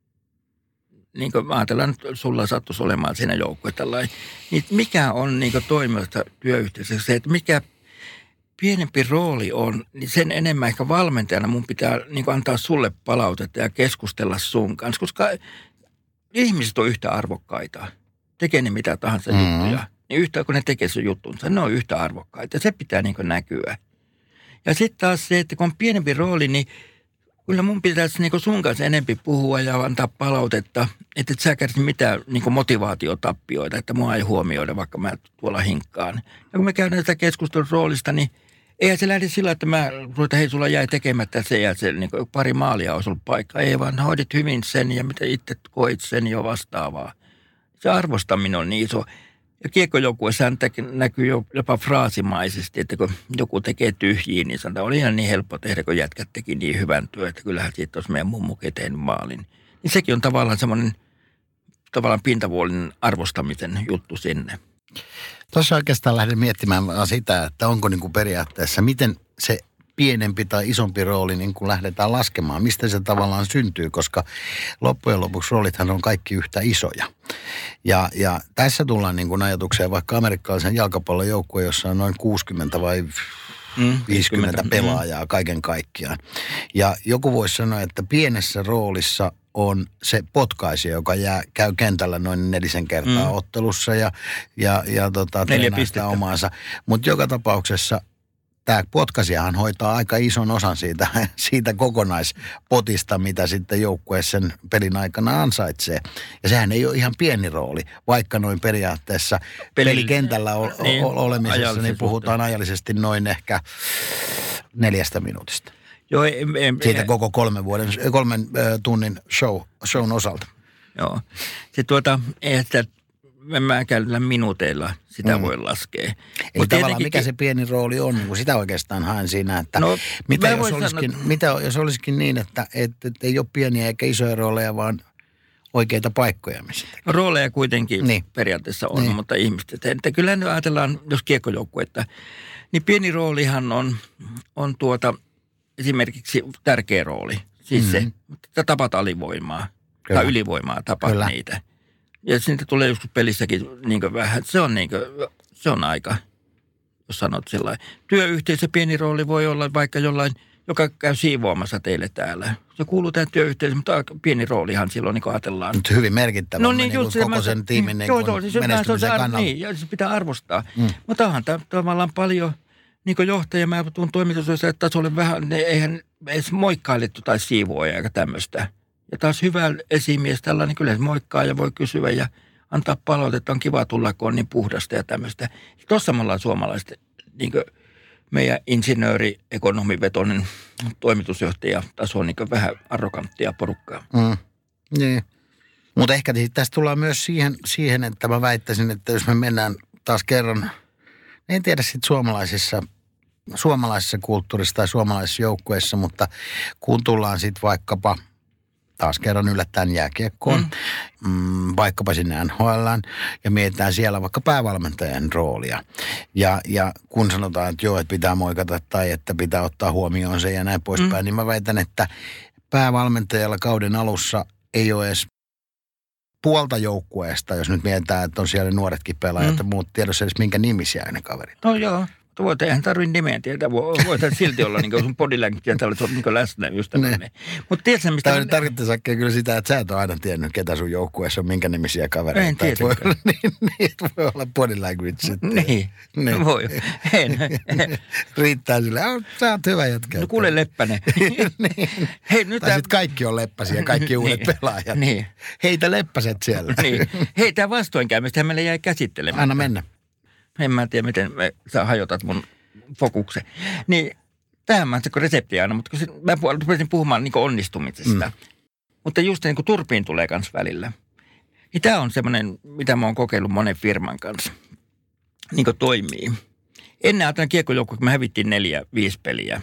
D: Niin kuin ajatellaan, että sulla sattuisi olemaan siinä joukkue tällainen. Niin mikä on niin toimivasta työyhteisössä se, että mikä pienempi rooli on, niin sen enemmän ehkä valmentajana mun pitää niin antaa sulle palautetta ja keskustella sun kanssa. Koska ihmiset on yhtä arvokkaita. Tekee ne mitä tahansa juttuja. Niin yhtä kun ne tekee sen juttunsa, ne on yhtä arvokkaita. Se pitää niin näkyä. Ja sitten taas se, että kun on pienempi rooli, niin kyllä mun pitäisi niin sun kanssa enempi puhua ja antaa palautetta, että et sä kärsit mitään niin motivaatiotappioita, että mua ei huomioida, vaikka mä tuolla hinkkaan. Ja kun me käydään sitä keskustelun roolista, niin eihän se lähde sillä, että hei, sulla jäi tekemättä se ja se, niin pari maalia olisi ollut paikka. Ei vaan hoidit hyvin sen ja mitä itse koit sen jo vastaavaa. Se arvostaminen on niin iso. Ja kiekkojoukkueessahan näkyy jopa fraasimaisesti, että kun joku tekee tyhjiä, niin sanotaan, oli ihan niin helppo tehdä, kun jätkät teki niin hyvän työn, että kyllähän siitä olisi meidän mummukin tehnyt maalin. Niin sekin on tavallaan semmoinen pintavuolinen arvostamisen juttu sinne.
C: Tuossa oikeastaan lähden miettimään sitä, että onko niin kuin periaatteessa, miten se pienempi tai isompi rooli niin kuin lähdetään laskemaan, mistä se tavallaan syntyy, koska loppujen lopuksi roolithan on kaikki yhtä isoja. Ja tässä tullaan niin kuin ajatukseen vaikka amerikkalaisen jalkapallon joukkue, jossa on noin 60 vai 50 pelaajaa kaiken kaikkiaan. Ja joku voisi sanoa, että pienessä roolissa on se potkaisija, joka käy kentällä noin 4 kertaa ottelussa ja treenaa sitä omaansa. Mutta joka tapauksessa tämä potkaisijahan hoitaa aika ison osan siitä kokonaispotista, mitä sitten joukkue sen pelin aikana ansaitsee. Ja sehän ei ole ihan pieni rooli, vaikka noin periaatteessa pelikentällä olemisessa, niin puhutaan ajallisesti noin ehkä 4 minuutista.
D: Joo,
C: siitä koko 3 tunnin shown osalta.
D: Joo. Se en mä käytä minuuteilla sitä voi laskea.
C: Eli tavallaan mikä se pieni rooli on, kun sitä oikeastaan haen siinä, että mitä jos olisikin niin, että ei ole pieniä eikä isoja rooleja, vaan oikeita paikkoja, missä tekee.
D: Rooleja kuitenkin periaatteessa on, mutta ihmiset. Että kyllä nyt ajatellaan, jos kiekkojoukkuetta, niin pieni roolihan on esimerkiksi tärkeä rooli. Siis se, että tapat alivoimaa tai ylivoimaa, tapat niitä. Ja siitä tulee joskus pelissäkin niin vähän, se on aika, jos sanot sellainen. Työyhteisö pieni rooli voi olla vaikka jollain, joka käy siivoamassa teille täällä. Se kuuluu tähän työyhteisöön, mutta pieni roolihan silloin, niin kuin ajatellaan.
C: Nyt hyvin merkittävä, koko sen tiimin menestymisen kannalta.
D: Niin, ja se pitää arvostaa. Mutta onhan tavallaan paljon, niin kuin johtaja, mä tuun toimitusjohtajan tasolle vähän, eihän edes moikkailettu tai siivoja eikä tämmöistä. Ja taas hyvä esimies tällainen, niin kyllä se moikkaa ja voi kysyä ja antaa palautetta, on kiva tulla, kun on niin puhdasta ja tämmöistä. Tuossa me ollaan suomalaiset, niin kuin meidän insinööri, ekonomivetoinen toimitusjohtaja taso on niin kuin vähän arroganttia porukkaa.
C: Niin. Mutta ehkä tässä tullaan myös siihen, että mä väittäisin, että jos me mennään taas kerran, en tiedä sitten suomalaisessa kulttuurissa tai suomalaisissa joukkueissa, mutta kun tullaan sitten vaikkapa taas kerran yllättäen jääkiekkoon, vaikkapa sinne NHL:ään ja mietitään siellä vaikka päävalmentajan roolia. Ja kun sanotaan, että joo, että pitää moikata tai että pitää ottaa huomioon se ja näin poispäin, niin mä väitän, että päävalmentajalla kauden alussa ei ole edes puolta joukkueesta, jos nyt mietitään, että on siellä nuoretkin pelaajat ja muut tiedossa edes minkä nimisiä ne kaverit.
D: No joo. Eihän tarvitse nimeä tietää, voidaan silti olla niin sun bodylanguage ja on niin läsnä just tämmöinen. Mutta tiedätkö mistä...
C: Tämä tarkoittaa Sakke kyllä sitä, että sä et ole aina tiennyt, ketä sun joukkueessa on, minkä nimisiä kavereita.
D: En tietenkään.
C: Voi olla body language sitten.
D: Niin. Voi. En.
C: Riittää sille, sä oot hyvä jätkä.
D: No kuule Leppänen.
C: Hei, nyt tai sitten kaikki on leppäsiä, kaikki uudet pelaajat.
D: Niin.
C: Heitä leppäset siellä.
D: Niin. Hei, tämä vastoinkäymistähän meille jäi käsittelemään.
C: Anna mennä.
D: En mä tiedä, miten sä hajotat mun fokuksen. Niin, tähän mä oon reseptiä aina, mutta kun mä rupesin puhumaan niin onnistumisesta. Mutta just niin kuin turpiin tulee kans välillä. Niin tää on semmoinen, mitä mä oon kokeillut monen firman kanssa. Niin kuin toimii. Ennen ajatellaan kiekkojoukkoa, kun me hävittiin 4-5 peliä.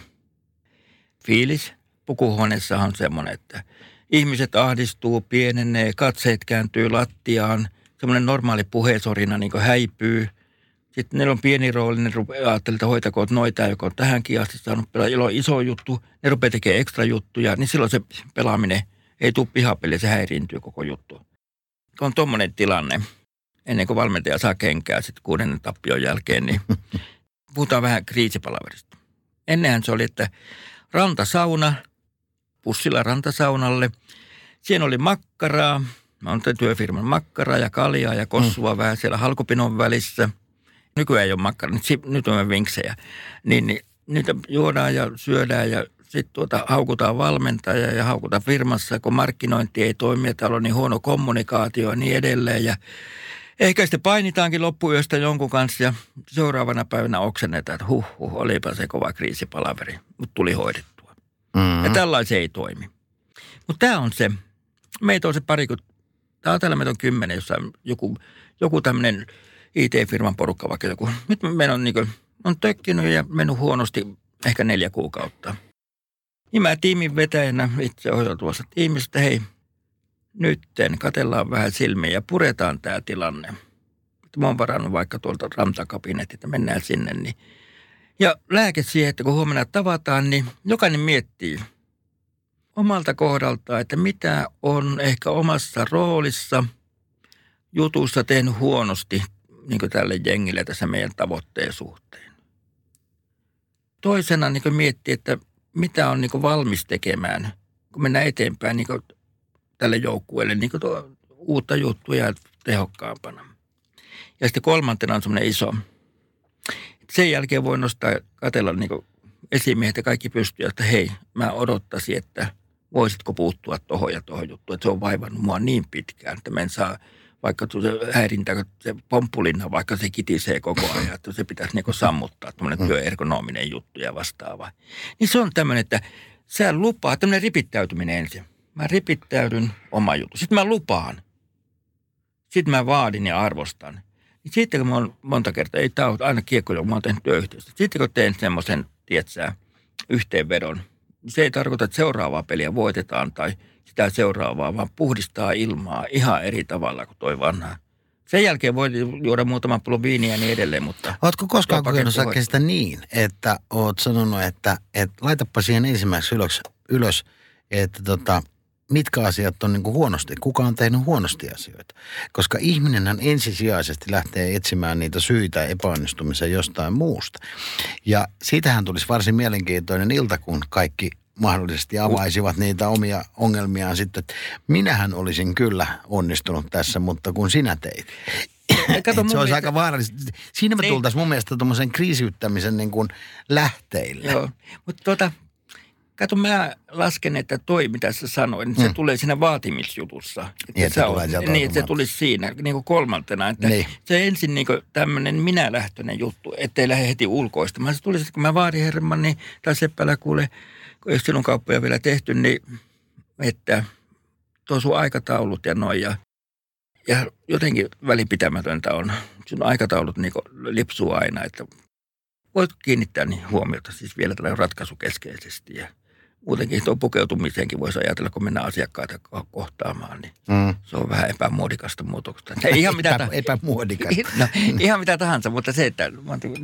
D: Fiilis pukuhuoneessa on semmoinen, että ihmiset ahdistuu, pienenee, katseet kääntyy lattiaan. Semmoinen normaali puheesorina niin kuin häipyy. Sitten ne on pieni rooli, ne ajattelee, että hoitakoot noita, joka on tähänkin asti saanut pelaa. Ilo on iso juttu, ne rupeaa tekemään ekstra juttuja, niin silloin se pelaaminen ei tule pihapeliä, se häiriintyy koko juttu. On tommoinen tilanne, ennen kuin valmentaja saa kenkää sitten 6. tappion jälkeen, niin puhutaan vähän kriisipalaverista. Ennenhän se oli, että rantasauna, pussilla rantasaunalle, siinä oli makkaraa, mä oon työfirman makkaraa ja kaljaa ja kossua vähän siellä halkopinon välissä. Nykyään ei ole makkara, nyt on vinksejä. Niin niitä juodaan ja syödään ja sitten haukutaan valmentajaa ja haukutaan firmassa, kun markkinointi ei toimi ja täällä on niin huono kommunikaatio ja niin edelleen. Ja ehkä sitten painitaankin loppuyöstä jonkun kanssa ja seuraavana päivänä oksennetaan, että olipa se kova kriisipalaveri, mutta tuli hoidettua. Ja tällainen ei toimi. Mutta tämä on se, meitä on se täällä meitä on 10, jossa joku tämmöinen IT-firman porukka vaikka joku. Nyt meillä on, on tökkinyt ja mennyt huonosti ehkä 4 kuukautta. Niin mä tiimin vetäjänä itse ohjaan tuossa tiimistä, hei, nytten katellaan vähän silmiä ja puretaan tämä tilanne. Mä oon varannut vaikka tuolta rantakabinetit, että mennään sinne. Niin. Ja lääke siihen, että kun huomenna tavataan, niin jokainen miettii omalta kohdaltaan, että mitä on ehkä omassa roolissa jutussa tehnyt huonosti niin kuin tälle jengille tässä meidän tavoitteen suhteen. Toisena niin kuin miettii, että mitä on niin kuin valmis tekemään, kun mennään eteenpäin niin kuin tälle joukkueelle niin kuin uutta juttuja tehokkaampana. Ja sitten kolmantena on semmoinen iso. Sen jälkeen voi katsella niin kuin esimiehet ja kaikki pystyy, että hei, mä odottaisin, että voisitko puuttua tohon ja tohon juttuun. Että se on vaivannut mua niin pitkään, että mä en saa vaikka häirintä, se pomppulinna, vaikka se kitisee koko ajan, että se pitäisi niin kuin sammuttaa, tämmöinen työergonominen juttu ja vastaava. Niin se on tämmöinen, että sä lupaa, tämmöinen ripittäytyminen ensin. Mä ripittäydyn oma juttu. Sitten mä lupaan. Sitten mä vaadin ja arvostan. Sitten kun mä oon monta kertaa, ei tämä ole aina kiekko, kun mä oon tehnyt työyhteistyötä. Sitten kun teen semmoisen, tietsää, yhteenvedon, se ei tarkoita, että seuraavaa peliä voitetaan tai sitä seuraavaa, vaan puhdistaa ilmaa ihan eri tavalla kuin toi vanha. Sen jälkeen voi juoda muutaman pullon viiniä ja niin edelleen, mutta...
C: Ootko koskaan kokenut sitä niin, että oot sanonut, että laitapa siihen ensimmäiseksi ylös että mitkä asiat on niin kuin huonosti, kuka on tehnyt huonosti asioita. Koska ihminenhän ensisijaisesti lähtee etsimään niitä syitä epäonnistumiseen jostain muusta. Ja siitähän tulisi varsin mielenkiintoinen ilta, kun kaikki mahdollisesti avaisivat niitä omia ongelmiaan sitten, että minähän olisin kyllä onnistunut tässä, mutta kun sinä teit. Se olisi aika vaarallista. Siinä me tultaisiin mun mielestä tuommoisen kriisiyttämisen niin kuin lähteille.
D: Joo, mutta kato, mä lasken, että toi, mitä sä sanoit, niin se tulee siinä vaatimisjutussa. Että se tulisi siinä niin kuin kolmantena. Että se ensin niin kuin tämmöinen minälähtöinen juttu, ettei lähde heti ulkoistamaan. Se tulisi, kun mä vaadin Herman, niin tai Seppälä kuule, kun ei sinun kauppoja vielä tehty, niin että tuo sun aikataulut ja noin. Ja jotenkin välipitämätöntä on. Sun aikataulut niin kuin lipsuu aina, että voit kiinnittää niin huomiota siis vielä tällä ratkaisukeskeisesti. Ja muutenkin tuo pukeutumiseenkin voisi ajatella, kun mennään asiakkaita kohtaamaan, niin se on vähän epämuodikasta muutoksesta. Ihan mitä
C: epämuodikasta.
D: No, ihan mitä tahansa, mutta se, että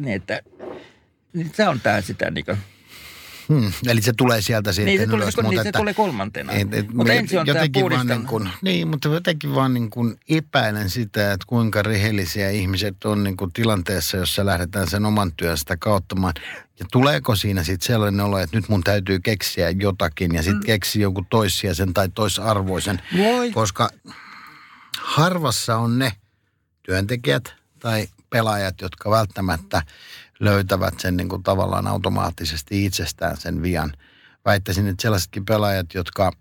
D: se on tämä sitä niin kuin...
C: Eli se tulee sieltä sitten
D: niin,
C: ylös.
D: Se tulee kolmantena. Mutta ensin on tämä puhdistaminen.
C: Mutta jotenkin vaan niin kuin epäilen sitä, että kuinka rehellisiä ihmiset on niin kuin tilanteessa, jossa lähdetään sen oman työn sitä kauttamaan. Ja tuleeko siinä sitten sellainen olo, että nyt mun täytyy keksiä jotakin ja sitten keksiä jonkun toissijaisen tai toisarvoisen. Koska harvassa on ne työntekijät tai pelaajat, jotka välttämättä löytävät sen niin kuin tavallaan automaattisesti itsestään sen vian. Väittäisin, että sellaisetkin pelaajat, jotka...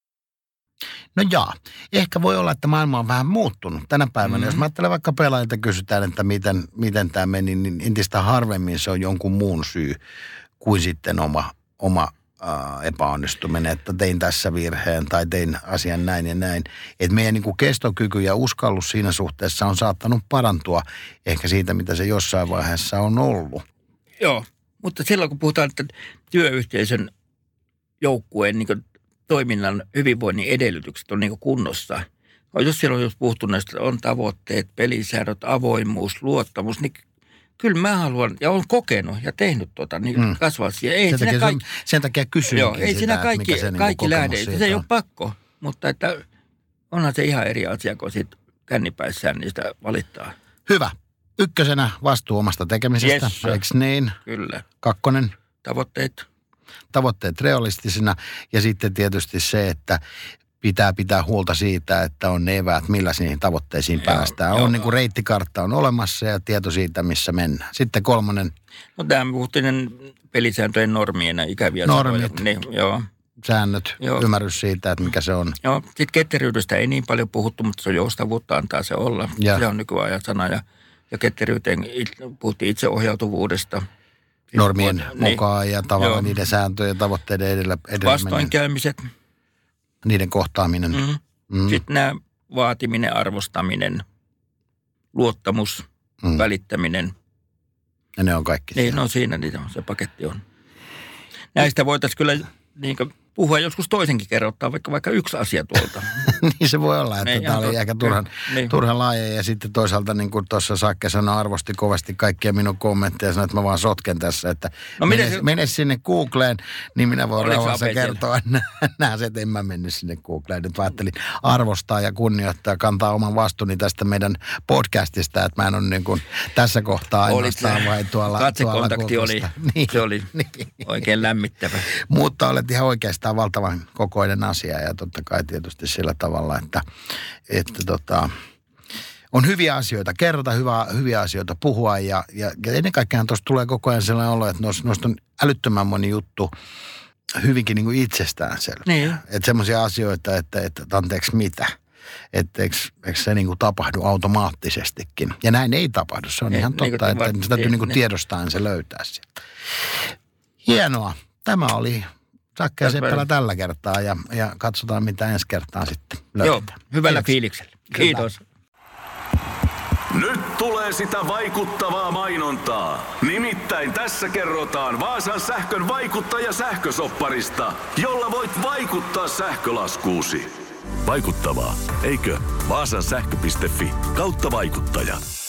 C: No ehkä voi olla, että maailma on vähän muuttunut tänä päivänä. Jos mä ajattelen vaikka pelaajilta kysytään, että miten tämä meni, niin entistä harvemmin se on jonkun muun syy kuin sitten oma epäonnistuminen, että tein tässä virheen tai tein asian näin ja näin. Että meidän niin kuin kestokyky ja uskallus siinä suhteessa on saattanut parantua ehkä siitä, mitä se jossain vaiheessa on ollut.
D: Joo, mutta silloin kun puhutaan, että työyhteisön joukkueen niin kuin toiminnan hyvinvoinnin edellytykset on niin kuin kunnossa. Jos siellä on puhuttu näistä, on tavoitteet, pelisäännöt, avoimuus, luottamus, niin kyllä mä haluan, ja olen kokenut ja tehnyt niin kasvaa siihen.
C: Sen takia kysynkin
D: joo, ei siinä kaikki lähde. Se ei ole pakko, mutta että onhan se ihan eri asia, kun siitä kännipäissään niistä valittaa.
C: Hyvä. Ykkösenä vastuu omasta tekemisestä, eikö niin?
D: Kyllä.
C: 2.
D: Tavoitteet
C: realistisina ja sitten tietysti se, että pitää huolta siitä, että on ne eväät, millä niihin tavoitteisiin päästään. On niin kuin reittikartta on olemassa ja tieto siitä, missä mennään. Sitten 3.
D: No tämä puhuttiin pelisääntöjen normien ja ikäviä
C: normit,
D: niin,
C: säännöt, ymmärrys siitä, että mikä se on.
D: Joo, sitten ketteryydestä ei niin paljon puhuttu, mutta se on joustavuutta, antaa se olla. Se on nykyajan sana ja ketteryyteen puhuttiin itseohjautuvuudesta.
C: Normien mukaan ja tavallaan niiden sääntöjen ja tavoitteiden edellä
D: vastoinkäymiset.
C: Niiden kohtaaminen.
D: Sitten nämä vaatiminen, arvostaminen, luottamus, välittäminen.
C: Ja ne on kaikki
D: niin, no siinä se paketti on. Näistä voitaisiin kyllä niin kuin puhua joskus toisenkin kerrottaa, vaikka yksi asia tuolta.
C: Niin se voi olla, että tämä oli ehkä turhan laaja. Ja sitten toisaalta, niin kuin tuossa Sakke sanoi, arvosti kovasti kaikkia minun kommentteja ja sanoi, että mä vaan sotken tässä. Että mene sinne Googleen, niin minä voin rauhassa kertoa nähdä, että en mä mennyt sinne Googleen. Nyt ajattelin arvostaa ja kunnioittaa, kantaa oman vastuuni tästä meidän podcastista, että mä en ole niin kuin tässä kohtaa ainoastaan vai tuolla.
D: Katsekontakti oli, se oli oikein lämmittävä.
C: Mutta olet ihan oikeastaan valtavan kokoinen asia ja totta kai tietysti sillä tavalla, että on hyviä asioita, kerrota hyviä asioita, puhua ja ennen kaikkea tuossa tulee koko ajan sellainen olo, että noista on älyttömän moni juttu hyvinkin niin kuin itsestäänselvä.
D: Niin.
C: Että semmoisia asioita, että anteeksi mitä, että eikö se niin kuin tapahdu automaattisestikin. Ja näin ei tapahdu, se on ihan totta, että sitä täytyy niin kuin tiedostaen se löytää sieltä. Hienoa, tämä oli Sakke ja Seppälä tällä kertaa ja katsotaan mitä ensi kertaa sitten löytää.
D: Joo, hyvällä fiiliksellä. Kiitos.
A: Nyt tulee sitä vaikuttavaa mainontaa. Nimittäin tässä kerrotaan Vaasan sähkön vaikuttaja-sähkösopparista, jolla voit vaikuttaa sähkölaskuusi. Vaikuttavaa, eikö? Vaasansähkö.fi/vaikuttaja.